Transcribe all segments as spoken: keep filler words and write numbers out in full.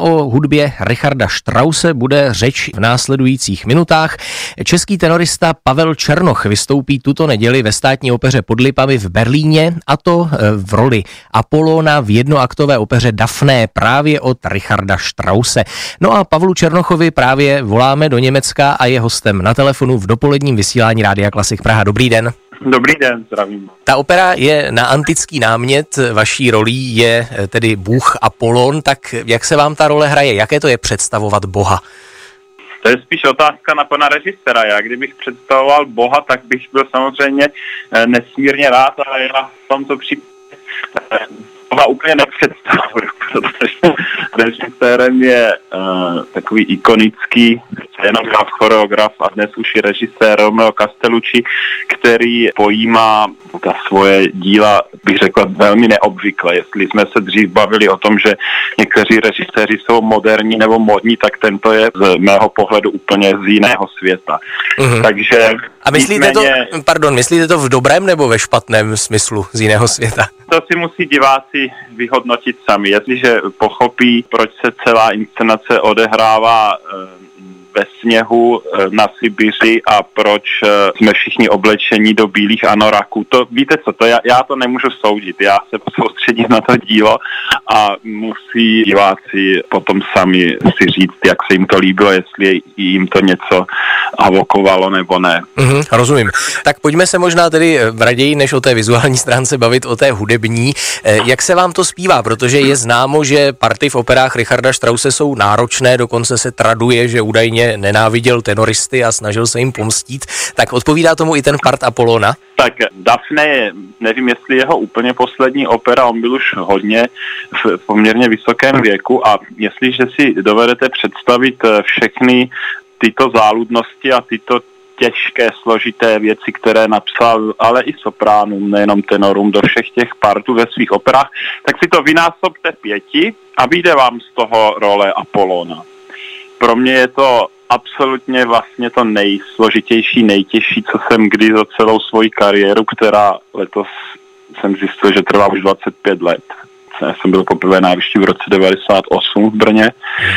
o hudbě Richarda Strause bude řeč v následujících minutách. Český tenorista Pavel Černoch vystoupí tuto neděli ve Státní opeře Pod Lipami v Berlíně, a to v roli Apollóna v jednoaktové opeře Daphné právě od Richarda Strause. No a Pavlu Černochovi právě voláme do Německa a je hostem na telefonu v dopoledním vysílání Rádia Klasik Praha. Dobrý den. Dobrý den, zdravím. Ta opera je na antický námět, vaší rolí je tedy bůh Apollon, tak jak se vám ta role hraje? Jaké to je představovat boha? To je spíš otázka na pana režiséra. Já kdybych představoval boha, tak bych byl samozřejmě nesmírně rád, ale já v tomto případě boha úplně nepředstavuju, protože režisérem je uh, takový ikonický scénograf, choreograf a dnes už i režisér Romeo Castellucci, který pojímá ta svoje díla, bych řekl, velmi neobvykle. Jestli jsme se dřív bavili o tom, že někteří režiséři jsou moderní nebo modní, tak tento je z mého pohledu úplně z jiného světa. Mm-hmm. Takže a myslíte nicméně, to, pardon, myslíte to v dobrém nebo ve špatném smyslu z jiného světa? To si musí diváci vyhodnotit sami. Jestliže pochopí, proč se celá inscenace odehrává ve sněhu na Sibiři a proč jsme všichni oblečení do bílých anoraků. To víte co, to já, já to nemůžu soudit. Já se soustředím na to dílo a musí diváci potom sami si říct, jak se jim to líbilo, jestli jim to něco avokovalo nebo ne. Mm-hmm, rozumím. Tak pojďme se možná tedy raději, než o té vizuální stránce bavit o té hudební. Jak se vám to zpívá? Protože je známo, že party v operách Richarda Strause jsou náročné, dokonce se traduje, že údajně nenáviděl tenoristy a snažil se jim pomstít. Tak odpovídá tomu i ten part Apollona? Tak Daphné je, nevím, jestli jeho úplně poslední opera, on byl už hodně v poměrně vysokém věku a jestliže si dovedete představit všechny tyto záludnosti a tyto těžké, složité věci, které napsal, ale i sopránům, nejenom tenorům, do všech těch partů ve svých operách, tak si to vynásobte pěti a vyjde vám z toho role Apollona. Pro mě je to absolutně vlastně to nejsložitější, nejtěžší, co jsem kdy za celou svoji kariéru, která letos jsem zjistil, že trvá už dvacet pět let. Já jsem byl poprvé na jevišti v roce devadesát osm v Brně.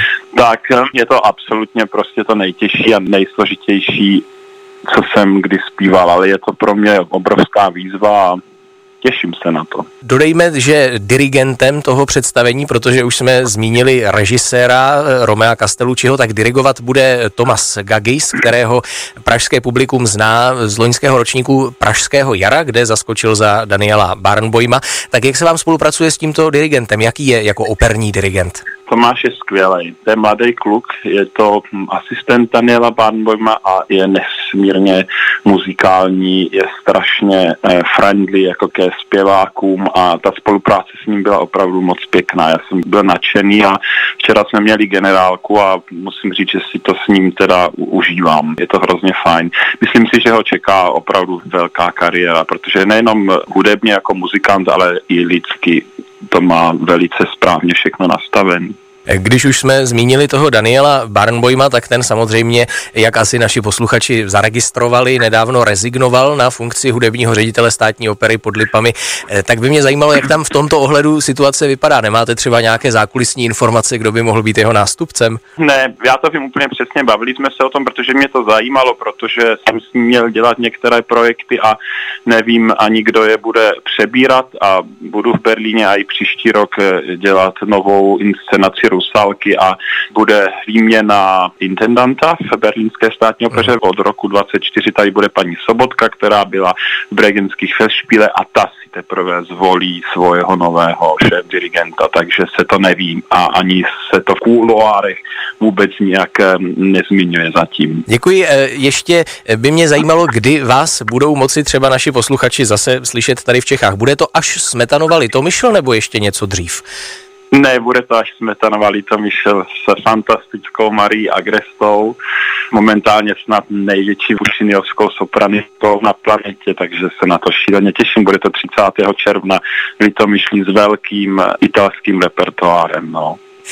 Tak je to absolutně prostě to nejtěžší a nejsložitější, co jsem kdy zpíval, ale je to pro mě obrovská výzva a těším se na to. Dodejme, že dirigentem toho představení, protože už jsme zmínili režiséra Romea Castellucciho, tak dirigovat bude Tomas Gagis, kterého pražské publikum zná z loňského ročníku Pražského jara, kde zaskočil za Daniela Barenboima. Tak jak se vám spolupracuje s tímto dirigentem? Jaký je jako operní dirigent? Tomáš je skvělej. To je mladý kluk, je to asistent Daniela Barenboima a je nesmírně muzikální, je strašně eh, friendly jako ke zpěvákům a ta spolupráce s ním byla opravdu moc pěkná. Já jsem byl nadšený a včera jsme měli generálku a musím říct, že si to s ním teda užívám. Je to hrozně fajn. Myslím si, že ho čeká opravdu velká kariéra, protože nejenom hudebně jako muzikant, ale i lidsky to má velice správně všechno nastavené. Když už jsme zmínili toho Daniela Barenboima, tak ten samozřejmě, jak asi naši posluchači zaregistrovali, nedávno rezignoval na funkci hudebního ředitele Státní opery Pod Lipami. Tak by mě zajímalo, jak tam v tomto ohledu situace vypadá. Nemáte třeba nějaké zákulisní informace, kdo by mohl být jeho nástupcem? Ne, já to vím úplně přesně. Bavili jsme se o tom, protože mě to zajímalo, protože jsem s ním měl dělat některé projekty a nevím ani, kdo je bude přebírat a budu v Berlíně a i příští rok dělat novou inscenaci Rusalky a bude výměna intendanta v berlínské státní opeře. Od roku dvacet čtyři tady bude paní Sobotka, která byla v bregenských Festspiele a ta si teprve zvolí svého nového šéf-dirigenta, takže se to neví a ani se to v kuloárech vůbec nějak nezmiňuje zatím. Děkuji. Ještě by mě zajímalo, kdy vás budou moci třeba naši posluchači zase slyšet tady v Čechách. Bude to až Smetanova Litomyšl nebo ještě něco dřív? Ne, bude to až Smetanova Litomyšl s fantastickou Marií Agrestou, momentálně snad největší pušiniovskou sopranistkou na planetě, takže se na to šíleně těším. Bude to třicátého června Litomyšlí s velkým italským repertoárem, no.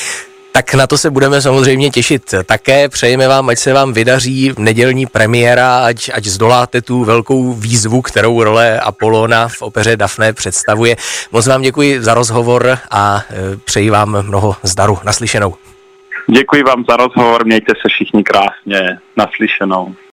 Tak na to se budeme samozřejmě těšit také. Přejeme vám, ať se vám vydaří nedělní premiéra, ať, ať zdoláte tu velkou výzvu, kterou role Apollóna v opeře Daphné představuje. Moc vám děkuji za rozhovor a přeji vám mnoho zdaru. Naslyšenou. Děkuji vám za rozhovor, mějte se všichni krásně, naslyšenou.